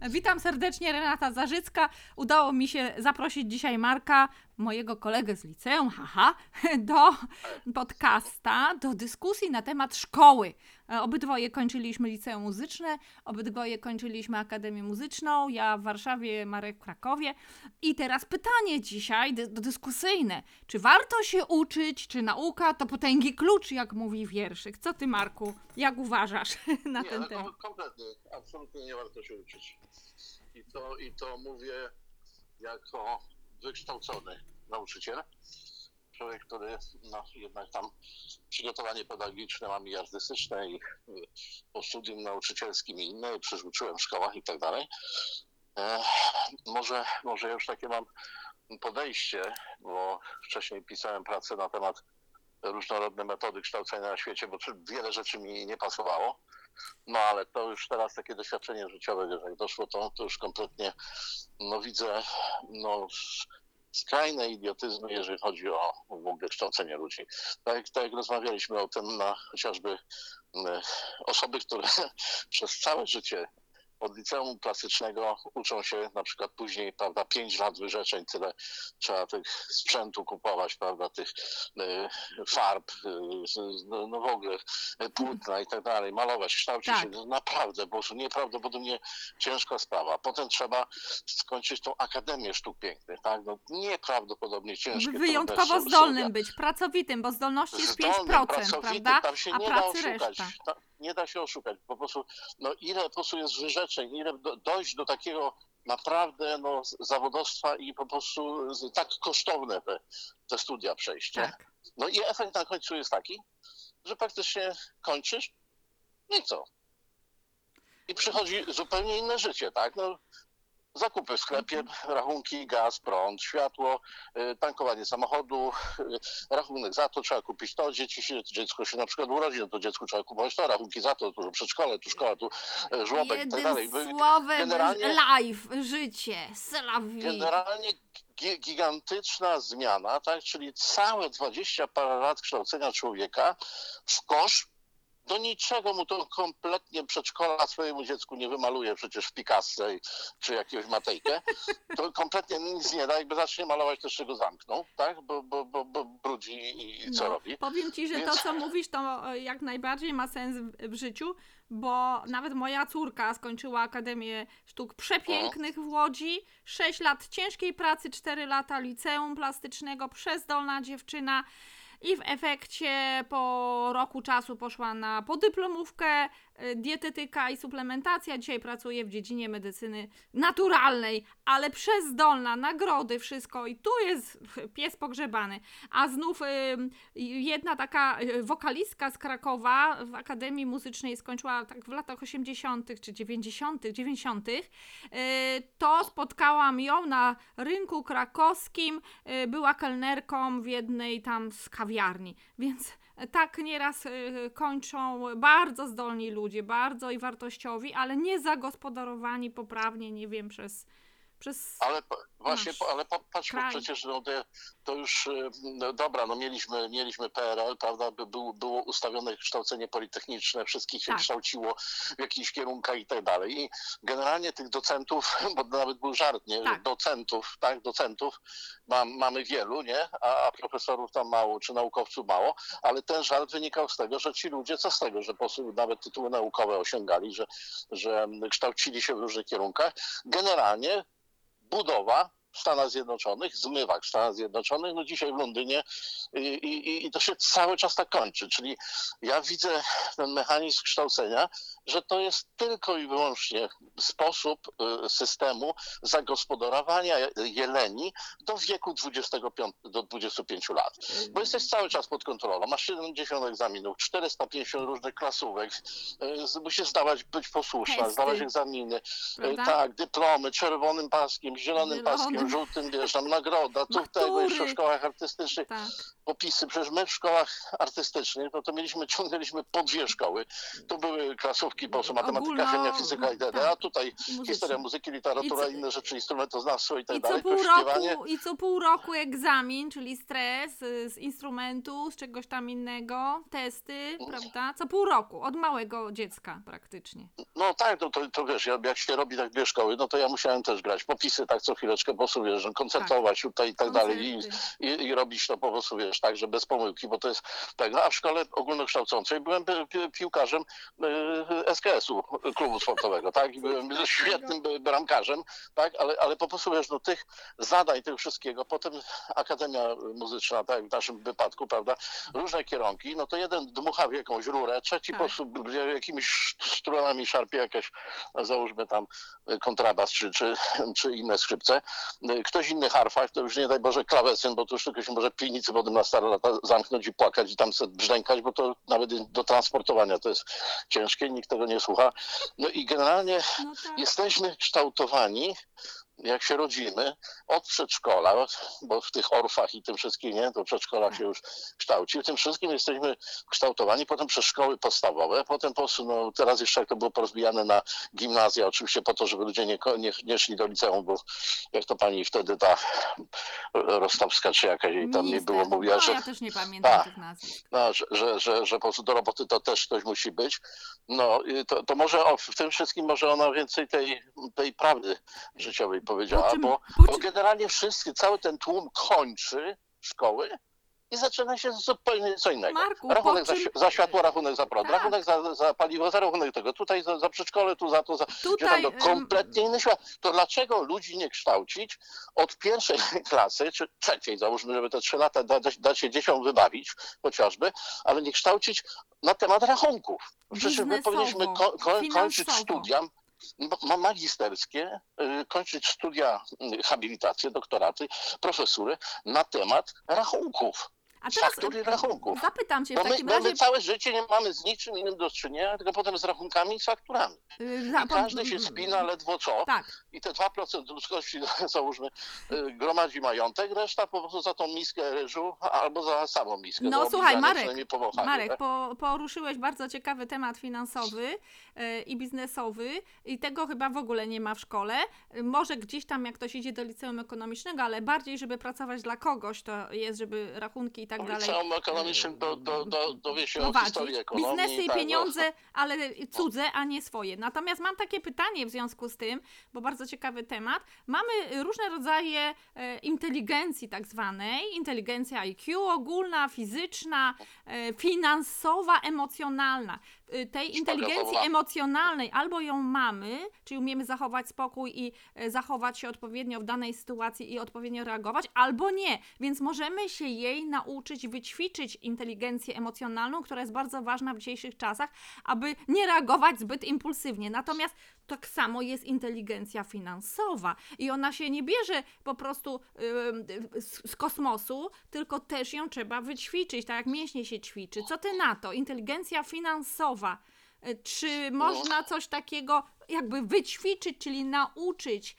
Witam serdecznie, Renata Zarzycka. Udało mi się zaprosić dzisiaj Marka, mojego kolegę z liceum, do podcasta, do dyskusji na temat szkoły. Obydwoje kończyliśmy liceum muzyczne, obydwoje kończyliśmy Akademię Muzyczną, ja w Warszawie, Marek w Krakowie. I teraz pytanie dzisiaj dyskusyjne. Czy warto się uczyć, czy nauka to potęgi klucz, jak mówi wierszyk? Co ty, Marku, jak uważasz na ten temat? Kompletnie, absolutnie nie warto się uczyć. I to mówię jako wykształcony nauczyciel. Człowiek, który jednak tam przygotowanie pedagogiczne mam i artystyczne i po studium nauczycielskim i inne, przecież uczyłem w szkołach i tak dalej. Może już takie mam podejście, bo wcześniej pisałem pracę na temat różnorodne metody kształcenia na świecie, bo wiele rzeczy mi nie pasowało. No ale to już teraz takie doświadczenie życiowe, że jak doszło to już kompletnie widzę skrajne idiotyzmy, jeżeli chodzi o w ogóle kształcenie ludzi. Tak jak rozmawialiśmy o tym, chociażby osoby, które przez całe życie od liceum klasycznego uczą się na przykład później, 5 lat wyrzeczeń, tyle trzeba tych sprzętu kupować, tych farb, w ogóle płótna i tak dalej, malować, kształcić się. Naprawdę, nieprawdopodobnie ciężka sprawa. Potem trzeba skończyć tą Akademię Sztuk Pięknych, tak? Nieprawdopodobnie ciężkie. Wyjątkowo zdolnym być, pracowitym, bo zdolności jest 5%, prawda? Tam się nie da oszukać. Nie da się oszukać. Po prostu, ile po prostu jest wyrzeczeń, ile dojść do takiego naprawdę zawodowstwa i po prostu tak kosztowne te studia przejść. Tak. I efekt na końcu jest taki, że praktycznie kończysz, i co? I przychodzi zupełnie inne życie, tak? Zakupy w sklepie, rachunki, gaz, prąd, światło, tankowanie samochodu, rachunek za to, trzeba kupić to, dziecko się na przykład urodzi, to dziecku trzeba kupować to, rachunki za to, tu przedszkole, tu szkoła, tu żłobek i tak dalej. Słowem life, życie, generalnie gigantyczna zmiana, tak? Czyli całe 20 parę lat kształcenia człowieka w kosz. Do niczego mu to kompletnie przedszkola swojemu dziecku nie wymaluje przecież w Picasso czy jakiegoś Matejkę. To kompletnie nic nie da, jakby zacznie malować, to jeszcze go zamkną, tak? Bo brudzi i co robi. Powiem ci, że to, co mówisz, to jak najbardziej ma sens w życiu, bo nawet moja córka skończyła Akademię Sztuk Przepięknych w Łodzi, 6 lat ciężkiej pracy, 4 lata liceum plastycznego, przezdolna dziewczyna. I w efekcie po roku czasu poszła na podyplomówkę, dietetyka i suplementacja. Dzisiaj pracuje w dziedzinie medycyny naturalnej, ale przezdolna, nagrody, wszystko. I tu jest pies pogrzebany. A znów jedna taka wokalistka z Krakowa w Akademii Muzycznej skończyła tak w latach 80. czy 90. To spotkałam ją na rynku krakowskim. Była kelnerką w jednej tam z kawiarni. Więc tak nieraz kończą bardzo zdolni ludzie, bardzo i wartościowi, ale nie zagospodarowani poprawnie, nie wiem, przez ale właśnie, patrzmy, przecież to już, dobra, mieliśmy PRL, prawda, było ustawione kształcenie politechniczne, wszystkich się kształciło w jakichś kierunkach i tak dalej. I generalnie tych docentów, bo nawet był żart, nie? Tak. Docentów mamy wielu, nie? A profesorów tam mało, czy naukowców mało, ale ten żart wynikał z tego, że ci ludzie, co z tego, że po prostu nawet tytuły naukowe osiągali, że kształcili się w różnych kierunkach. Generalnie budowa w Stanach Zjednoczonych, zmywak w Stanach Zjednoczonych, dzisiaj w Londynie i to się cały czas tak kończy. Czyli ja widzę ten mechanizm kształcenia, że to jest tylko i wyłącznie sposób systemu zagospodarowania jeleni do wieku 25 lat. Bo jesteś cały czas pod kontrolą. Masz 70 egzaminów, 450 różnych klasówek, musisz być posłuszna, zdawać egzaminy, tak, dyplomy, czerwonym paskiem, zielonym paskiem, żółtym, nagroda, tutaj w szkołach artystycznych, popisy. Przecież my w szkołach artystycznych, ciągnęliśmy po 2 szkoły. To były klasówki podstawówki, po prostu matematyka, chemia, fizyka itd., tak, a tutaj historia muzyczne. muzyki, literatura, inne rzeczy, instrumentoznawstwo i tak dalej, I co pół roku egzamin, czyli stres z instrumentu, z czegoś tam innego, testy, prawda? Co pół roku, od małego dziecka praktycznie. No tak, to wiesz, jak się robi tak 2 szkoły, no to ja musiałem też grać popisy tak co chwileczkę, po prostu wiesz, koncertować tutaj i tak dalej i robić to po prostu, wiesz, tak, że bez pomyłki, bo to jest tak, no a w szkole ogólnokształcącej byłem piłkarzem SKS-u, klubu sportowego, tak, i byłem świetnym bramkarzem, tak, ale po prostu, wiesz, no tych zadań, tego wszystkiego, potem Akademia Muzyczna, tak, w naszym wypadku, prawda, różne kierunki, no to jeden dmucha w jakąś rurę, trzeci po prostu jakimiś strunami szarpie jakaś, załóżmy tam kontrabas czy inne skrzypce, ktoś inny harfa, to już nie daj Boże klawesyn, bo to już tylko się może piwnicy wody na stare lata zamknąć i płakać i tam sobie brzdękać, bo to nawet do transportowania to jest ciężkie, nikt tego nie słucha. No i generalnie jesteśmy kształtowani, jak się rodzimy, od przedszkola, bo w tych orfach i tym wszystkim, nie, to przedszkola się już kształci, w tym wszystkim jesteśmy kształtowani, potem przez szkoły podstawowe, potem no, teraz jeszcze jak to było porozbijane na gimnazja, oczywiście po to, żeby ludzie nie szli do liceum, bo jak to pani wtedy ta Rostowska czy jakaś jej tam nie było, mówiła, że... Ja też nie pamiętam tych nazwisk. No, że po prostu do roboty to też ktoś musi być. No to może w tym wszystkim może ona więcej tej prawdy życiowej powiedziała, bo generalnie cały ten tłum kończy szkoły i zaczyna się zupełnie co innego. Marku, rachunek za światło, rachunek za prąd, rachunek za paliwo, za rachunek tego, tutaj za przedszkole, tu za to, kompletnie inny świat. To dlaczego ludzi nie kształcić od pierwszej klasy, czy trzeciej, załóżmy, żeby te 3 lata dać się dzieciom wybawić chociażby, ale nie kształcić na temat rachunków. Przecież my powinniśmy kończyć studia magisterskie, kończyć studia, habilitacje, doktoraty, profesury na temat rachunków. A teraz faktury rachunków. Zapytam cię w takim razie... My całe życie nie mamy z niczym innym do czynienia, tylko potem z rachunkami i z fakturami. I każdy się spina ledwo co. Tak. I te 2% ludzkości, załóżmy, gromadzi majątek, reszta po prostu za tą miskę ryżu albo za samą miskę. No słuchaj, Marek, tak? poruszyłeś bardzo ciekawy temat finansowy i biznesowy i tego chyba w ogóle nie ma w szkole. Może gdzieś tam jak ktoś idzie do liceum ekonomicznego, ale bardziej, żeby pracować dla kogoś, to jest, żeby rachunki i tak dalej. Liceum ekonomicznym dowie się o historii ekonomii. Biznesy i pieniądze, ale cudze, a nie swoje. Natomiast mam takie pytanie w związku z tym, bo bardzo ciekawy temat. Mamy różne rodzaje inteligencji tak zwanej. Inteligencja IQ ogólna, fizyczna, finansowa, emocjonalna. Tej inteligencji emocjonalnej albo ją mamy, czyli umiemy zachować spokój i zachować się odpowiednio w danej sytuacji i odpowiednio reagować, albo nie. Więc możemy się jej nauczyć, wyćwiczyć inteligencję emocjonalną, która jest bardzo ważna w dzisiejszych czasach, aby nie reagować zbyt impulsywnie. Natomiast tak samo jest inteligencja finansowa i ona się nie bierze po prostu z kosmosu, tylko też ją trzeba wyćwiczyć, tak jak mięśnie się ćwiczy. Co ty na to? Inteligencja finansowa. Czy można coś takiego jakby wyćwiczyć, czyli nauczyć?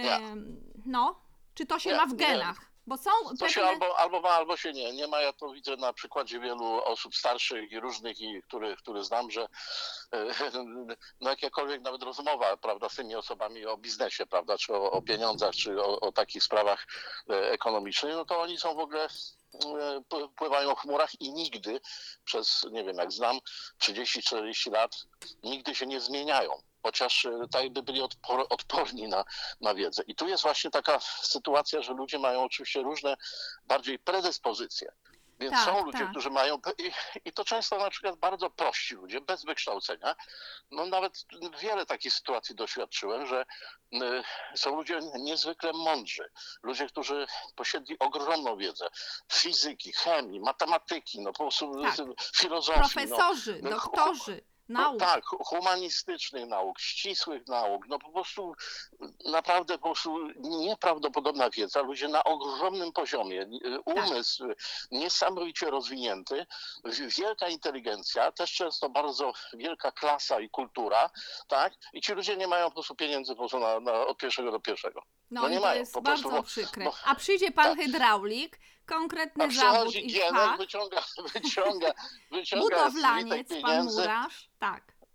Czy to się ma w genach? Bo są to się albo ma, albo się nie ma. Ja to widzę na przykładzie wielu osób starszych i różnych, i które znam, że no jakakolwiek nawet rozmowa, prawda, z tymi osobami o biznesie, prawda, czy o pieniądzach, czy o takich sprawach ekonomicznych, no to oni są w ogóle pływają w chmurach i nigdy przez, nie wiem, jak znam, 30-40 lat, nigdy się nie zmieniają. Chociaż tak jakby byli odporni na wiedzę. I tu jest właśnie taka sytuacja, że ludzie mają oczywiście różne bardziej predyspozycje. Więc są ludzie, którzy mają, i to często na przykład bardzo prości ludzie, bez wykształcenia. No nawet wiele takich sytuacji doświadczyłem, że są ludzie niezwykle mądrzy. Ludzie, którzy posiedli ogromną wiedzę fizyki, chemii, matematyki, no po prostu filozofii. Profesorzy, doktorzy. Nauk. Tak, humanistycznych nauk, ścisłych nauk, no po prostu naprawdę nieprawdopodobna wiedza, ludzie na ogromnym poziomie, umysł niesamowicie rozwinięty, wielka inteligencja, też często bardzo wielka klasa i kultura, tak? I ci ludzie nie mają po prostu pieniędzy po prostu od pierwszego do pierwszego. No nie to mają, jest bardzo prostu, przykre. A przyjdzie pan hydraulik, konkretny zawód i Gienek, wyciąga budowlaniec, pan murarz, tak.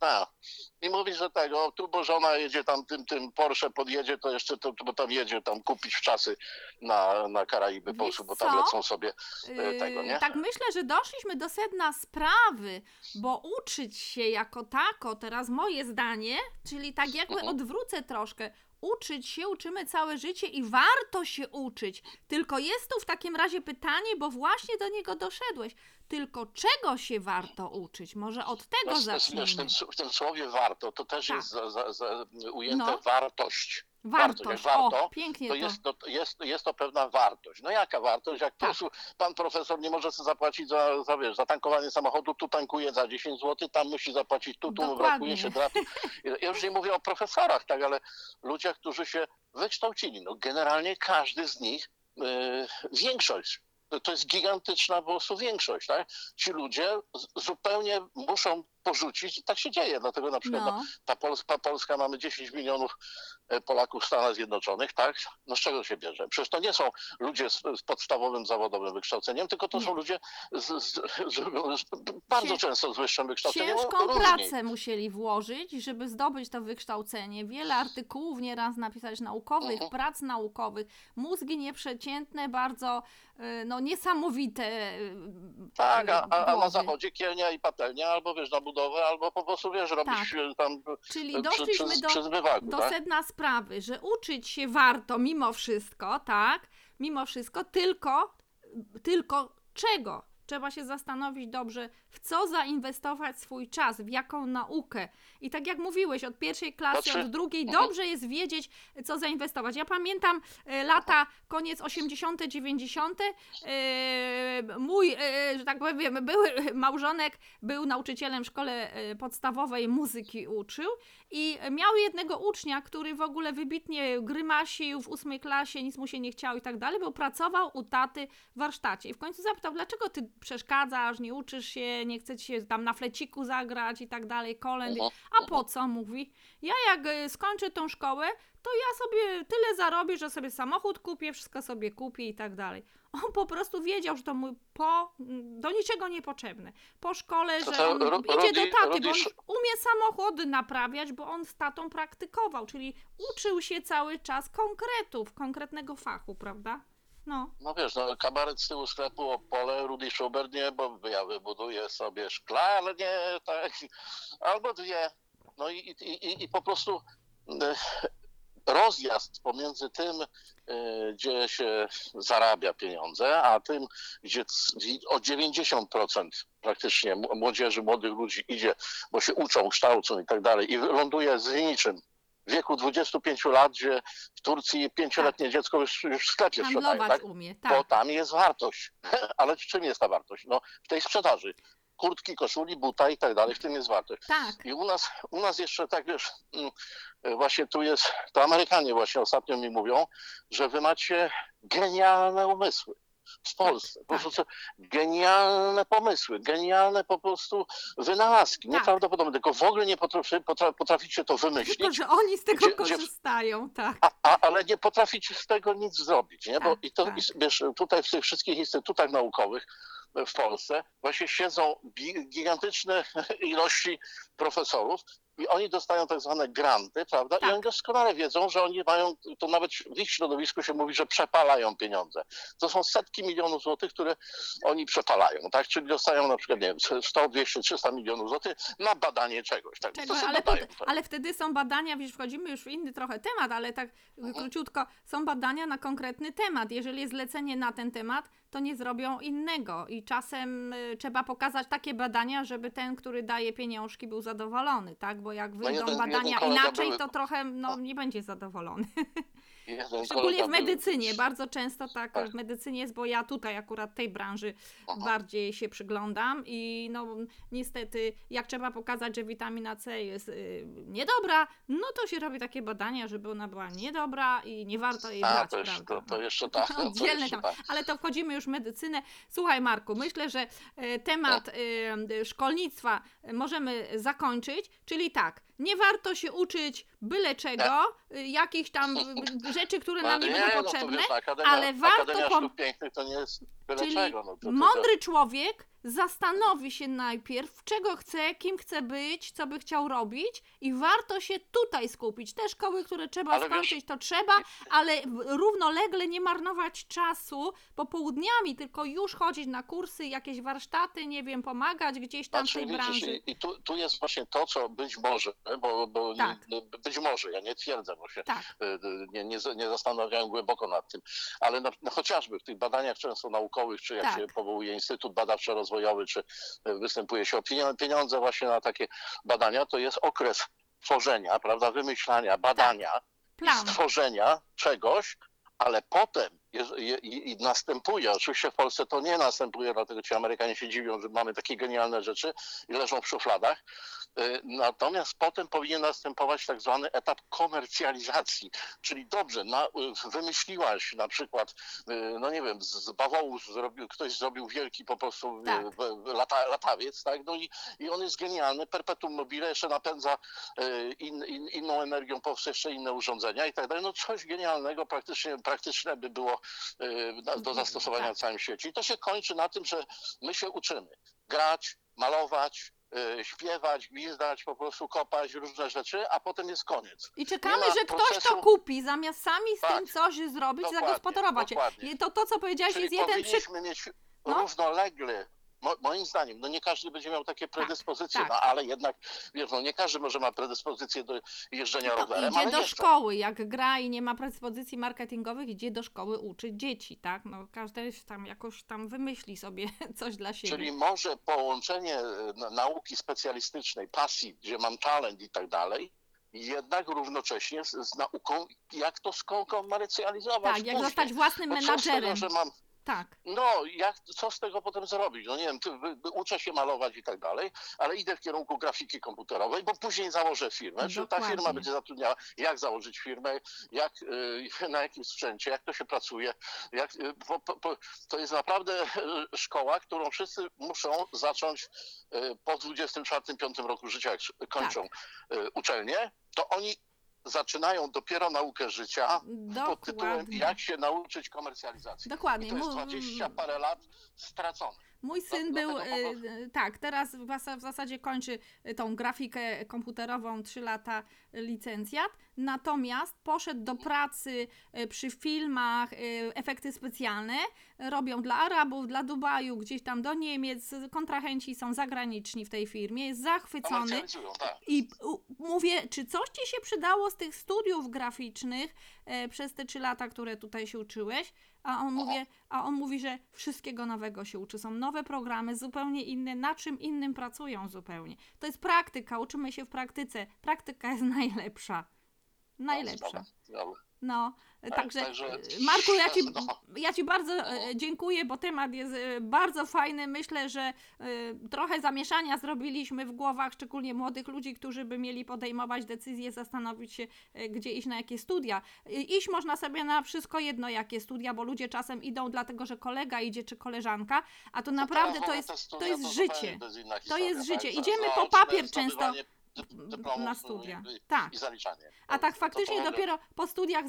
i mówi, że tego, tu bo żona jedzie tam tym Porsche podjedzie, to jeszcze bo tam jedzie tam kupić wczasy na Karaiby Wiesz bo tam co? lecą sobie tego, nie? Tak myślę, że doszliśmy do sedna sprawy, bo uczyć się jako tako, teraz moje zdanie, czyli tak jakby odwrócę troszkę, uczyć się, uczymy całe życie i warto się uczyć. Tylko jest tu w takim razie pytanie, bo właśnie do niego doszedłeś. Tylko czego się warto uczyć? Może od tego zacznijmy. W tym słowie warto, to też Tak. jest ujęte No. wartość. Wartość. Warto, O, pięknie to jest to pewna wartość. No jaka wartość? Jak po Tak. prostu pan profesor nie może sobie zapłacić za tankowanie samochodu, tu tankuje za 10 zł, tam musi zapłacić, tu mu Dokładnie. brakuje się trafi. Ja już nie mówię o profesorach, tak, ale ludziach, którzy się wykształcili. No generalnie każdy z nich, większość, to jest gigantyczna po prostu większość, tak? Ci ludzie zupełnie muszą porzucić i tak się dzieje, dlatego na przykład Polska mamy 10 milionów Polaków w Stanach Zjednoczonych, tak? No z czego się bierze? Przecież to nie są ludzie z podstawowym zawodowym wykształceniem, tylko to są ludzie bardzo często z wyższym wykształceniem. Ciężką pracę musieli włożyć, żeby zdobyć to wykształcenie. Wiele artykułów nieraz napisać naukowych, prac naukowych, mózgi nieprzeciętne, bardzo niesamowite. Tak, a na zachodzie kielnia i patelnia, albo wiesz, na budowę, albo po prostu wiesz, robisz tam czyli doszliśmy przy zmywaku, do tak? sedna sprawy, że uczyć się warto mimo wszystko, tak? Mimo wszystko, tylko czego? Trzeba się zastanowić dobrze, w co zainwestować swój czas, w jaką naukę. I tak jak mówiłeś, od pierwszej klasy, od drugiej, dobrze jest wiedzieć, co zainwestować. Ja pamiętam lata, koniec 80., 90. Mój, że tak powiem, były małżonek był nauczycielem w szkole podstawowej, muzyki uczył i miał jednego ucznia, który w ogóle wybitnie grymasił w 8. klasie, nic mu się nie chciało i tak dalej, bo pracował u taty w warsztacie. I w końcu zapytał, dlaczego ty przeszkadzasz, nie uczysz się, nie chcesz się tam na fleciku zagrać i tak dalej, kolęd. A po co? Mówi. Ja jak skończę tą szkołę, to ja sobie tyle zarobię, że sobie samochód kupię, wszystko sobie kupię i tak dalej. On po prostu wiedział, że to mu do niczego niepotrzebne. Po szkole, że on idzie do taty, bo on umie samochody naprawiać, bo on z tatą praktykował, czyli uczył się cały czas konkretnego fachu, prawda? No wiesz, kabaret z tyłu sklepu Opole, Rudy Schubert, nie, bo ja wybuduję sobie szklarnię, tak, albo dwie. No i po prostu rozjazd pomiędzy tym, gdzie się zarabia pieniądze, a tym, gdzie o 90% praktycznie młodzieży, młodych ludzi idzie, bo się uczą, kształcą i tak dalej i ląduje z niczym. W wieku 25 lat, gdzie w Turcji 5-letnie dziecko już w sklepie sprzedaje, tak? Umie, tak. Bo tam jest wartość. Ale w czym jest ta wartość? No w tej sprzedaży. Kurtki, koszuli, buta i tak dalej, w tym jest wartość. Tak. I u nas jeszcze tak, wiesz, właśnie tu jest, to Amerykanie właśnie ostatnio mi mówią, że wy macie genialne umysły. W Polsce. Po prostu genialne pomysły, genialne po prostu wynalazki, nieprawdopodobne, tylko w ogóle nie potraficie to wymyślić. Tylko, że oni z tego korzystają, tak. Ale nie potraficie z tego nic zrobić, nie? Bo wiesz, tutaj w tych wszystkich instytutach naukowych w Polsce właśnie siedzą gigantyczne ilości profesorów i oni dostają tak zwane granty, prawda? I oni doskonale wiedzą, że oni mają, to nawet w ich środowisku się mówi, że przepalają pieniądze. To są setki milionów złotych, które oni przepalają, tak? Czyli dostają na przykład, nie wiem, 100, 200, 300 milionów złotych na badanie czegoś. Tak? Ale wtedy są badania, wiesz, wchodzimy już w inny trochę temat, ale tak króciutko, są badania na konkretny temat. Jeżeli jest zlecenie na ten temat, to nie zrobią innego i czasem trzeba pokazać takie badania, żeby ten, który daje pieniążki, był zadowolony, tak? Bo jak wyjdą badania inaczej, to trochę nie będzie zadowolony. Szczególnie w medycynie, bardzo często tak w medycynie jest, bo ja tutaj akurat tej branży bardziej się przyglądam i niestety jak trzeba pokazać, że witamina C jest niedobra, no to się robi takie badania, żeby ona była niedobra i nie warto jej brać, prawda? To jeszcze tak. Oddzielny temat, ale to wchodzimy już w medycynę. Słuchaj Marku, myślę, że temat szkolnictwa możemy zakończyć, czyli tak, nie warto się uczyć byle czego, jakichś tam rzeczy, które nam nie będą potrzebne, ale warto Akademia Sztuk Pięknych to nie jest byle czyli czego. Mądry człowiek zastanowi się najpierw, czego chce, kim chce być, co by chciał robić i warto się tutaj skupić. Te szkoły, które trzeba Ale skończyć, to trzeba, ale równolegle nie marnować czasu popołudniami, tylko już chodzić na kursy, jakieś warsztaty, nie wiem, pomagać gdzieś tam w tej widzisz, branży. i tu jest właśnie to, co być może, bo Tak. być może, ja nie twierdzę, bo się Tak, nie zastanawiałem głęboko nad tym, ale chociażby w tych badaniach często naukowych, czy jak Tak. się powołuje Instytut Badawczo-Rozwojowy, czy występuje się o pieniądze właśnie na takie badania, to jest okres tworzenia, prawda, wymyślania, badania i plan. stworzenia czegoś, ale potem i następuje, oczywiście w Polsce to nie następuje, dlatego ci Amerykanie się dziwią, że mamy takie genialne rzeczy i leżą w szufladach, natomiast potem powinien następować tak zwany etap komercjalizacji, czyli dobrze, wymyśliłaś na przykład, no nie wiem, z bawołu ktoś zrobił wielki po prostu Tak. latawiec, tak, no i on jest genialny, perpetuum mobile, jeszcze napędza inną energią powstać jeszcze inne urządzenia i tak dalej, no coś genialnego, praktyczne by było do zastosowania Tak. w całym świecie. I to się kończy na tym, że my się uczymy grać, malować, śpiewać, gwizdać, po prostu kopać różne rzeczy, a potem jest koniec. I czekamy, Nie ma że ktoś to procesu. kupi, zamiast sami z Tak. tym coś zrobić, Dokładnie, zagospodarować. dokładnie. I to, co powiedziałeś, Czyli jest jeden powinniśmy mieć No. równolegle, moim zdaniem, no nie każdy będzie miał takie predyspozycje, tak. no ale jednak, wiesz, no nie każdy może ma predyspozycję do jeżdżenia To rowerem, idzie ale do jeszcze. szkoły, jak gra i nie ma predyspozycji marketingowych, idzie do szkoły uczyć dzieci, tak? No każdy tam jakoś tam wymyśli sobie coś dla siebie. Czyli może połączenie nauki specjalistycznej, pasji, gdzie mam talent i tak dalej, jednak równocześnie z nauką, jak to skomercjalizować Tak, jak później. zostać własnym Bo co z menadżerem. tego, że mam, Tak. no, co z tego potem zrobić? No nie wiem, uczę się malować i tak dalej, ale idę w kierunku grafiki komputerowej, bo później założę firmę. Czy ta Dokładnie. firma będzie zatrudniała? Jak założyć firmę? Na jakim sprzęcie? Jak to się pracuje? To jest naprawdę szkoła, którą wszyscy muszą zacząć po 24-5 roku życia, jak kończą uczelnię, to oni zaczynają dopiero naukę życia pod tytułem Dokładnie. jak się nauczyć komercjalizacji. Dokładnie. I to jest 20 parę lat straconych. Mój syn był, dlatego tak, teraz w zasadzie kończy tą grafikę komputerową, 3 lata licencjat, natomiast poszedł do pracy przy filmach, efekty specjalne, robią dla Arabów, dla Dubaju, gdzieś tam do Niemiec, kontrahenci są zagraniczni w tej firmie, jest zachwycony. Komercjalizują, tak. I mówię, czy coś Ci się przydało z tych studiów graficznych przez te 3 lata, które tutaj się uczyłeś? A on mówi, że wszystkiego nowego się uczy. Są nowe programy, zupełnie inne, na czym innym pracują zupełnie. To jest praktyka, uczymy się w praktyce. Praktyka jest najlepsza. Najlepsza. No, także Marku, ja Ci bardzo dziękuję, bo temat jest bardzo fajny. Myślę, że trochę zamieszania zrobiliśmy w głowach, szczególnie młodych ludzi, którzy by mieli podejmować decyzje, zastanowić się, gdzie iść, na jakie studia. Iść można sobie na wszystko jedno, jakie studia, bo ludzie czasem idą dlatego, że kolega idzie czy koleżanka, a to naprawdę to jest życie. To jest życie. Idziemy po papier często na studia. Tak. I zaliczanie. A tak faktycznie dopiero po studiach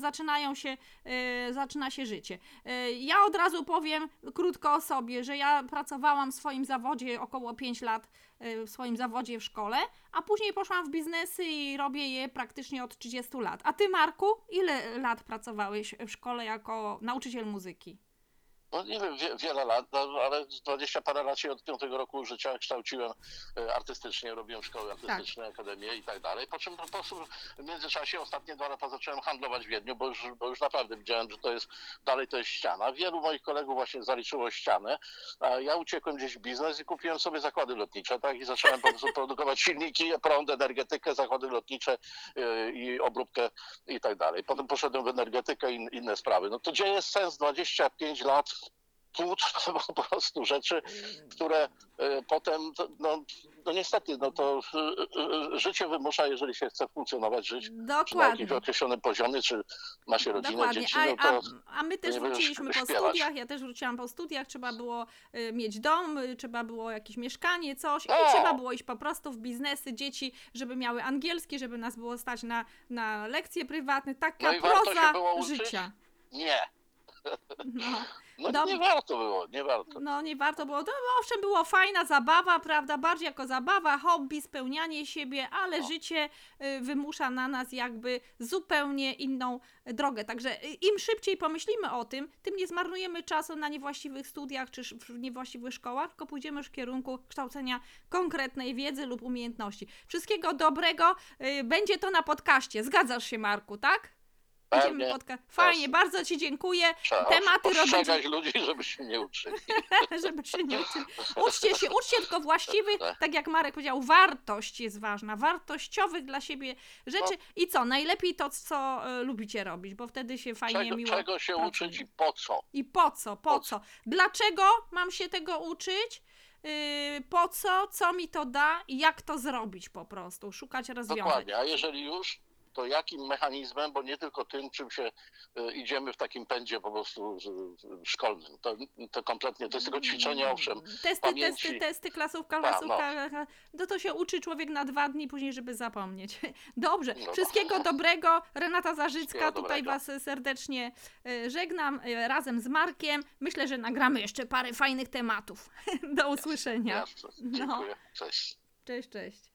zaczyna się życie. Ja od razu powiem krótko o sobie, że ja pracowałam w swoim zawodzie około 5 lat w swoim zawodzie w szkole, a później poszłam w biznesy i robię je praktycznie od 30 lat. A Ty, Marku, ile lat pracowałeś w szkole jako nauczyciel muzyki? No nie wiem, wiele lat, ale 20 parę lat się od 5 roku życia kształciłem artystycznie, robiłem szkoły artystyczne, akademię i tak dalej. Po czym po prostu w międzyczasie ostatnie 2 lata zacząłem handlować w Wiedniu, bo już naprawdę widziałem, że dalej to jest ściana. Wielu moich kolegów właśnie zaliczyło ścianę, a ja uciekłem gdzieś w biznes i kupiłem sobie zakłady lotnicze, tak? I zacząłem po prostu produkować silniki, prąd, energetykę, zakłady lotnicze i obróbkę i tak dalej. Potem poszedłem w energetykę i inne sprawy. No to gdzie jest sens 25 lat tłuc po prostu rzeczy, które potem, no niestety, no to życie wymusza, jeżeli się chce funkcjonować, żyć czy na jakimś określonym poziomie, czy ma się rodzinę, dzieci, no to a my też wróciliśmy po studiach, ja też wróciłam po studiach, trzeba było mieć dom, trzeba było jakieś mieszkanie, coś i trzeba było iść po prostu w biznesy, dzieci, żeby miały angielski, żeby nas było stać na lekcje prywatne, taka proza życia. Nie. No. No Dob- nie warto było, nie warto. No nie warto było, to owszem było fajna zabawa, prawda, bardziej jako zabawa, hobby, spełnianie siebie, ale No. życie wymusza na nas jakby zupełnie inną drogę, także im szybciej pomyślimy o tym, tym nie zmarnujemy czasu na niewłaściwych studiach czy w niewłaściwych szkołach, tylko pójdziemy już w kierunku kształcenia konkretnej wiedzy lub umiejętności. Wszystkiego dobrego, będzie to na podcaście, zgadzasz się Marku, tak? Pewnie. Fajnie, bardzo Ci dziękuję. Trzeba Tematy ostrzegać ludzi, żeby się nie uczyli. żeby się nie uczyli. Uczcie tylko właściwych, tak jak Marek powiedział, wartość jest ważna, wartościowych dla siebie rzeczy i co, najlepiej to, co lubicie robić, bo wtedy się fajnie, miło Czego się pracuje. uczyć i po co? I po co? Dlaczego mam się tego uczyć? Po co mi to da i jak to zrobić po prostu, szukać rozwiązań. Dokładnie, a jeżeli już, to jakim mechanizmem, bo nie tylko tym, czym się idziemy w takim pędzie po prostu szkolnym. To kompletnie, to jest tylko ćwiczenie, owszem, pamięci. Testy, klasówka, Tak, klasówka. No to się uczy człowiek na 2 dni, później żeby zapomnieć. Dobrze, No. wszystkiego dobrego. Renata Zarzycka, Wszystkiego tutaj dobrego. Was serdecznie żegnam razem z Markiem. Myślę, że nagramy jeszcze parę fajnych tematów. Do usłyszenia. Jasne, dziękuję, cześć. Cześć, cześć.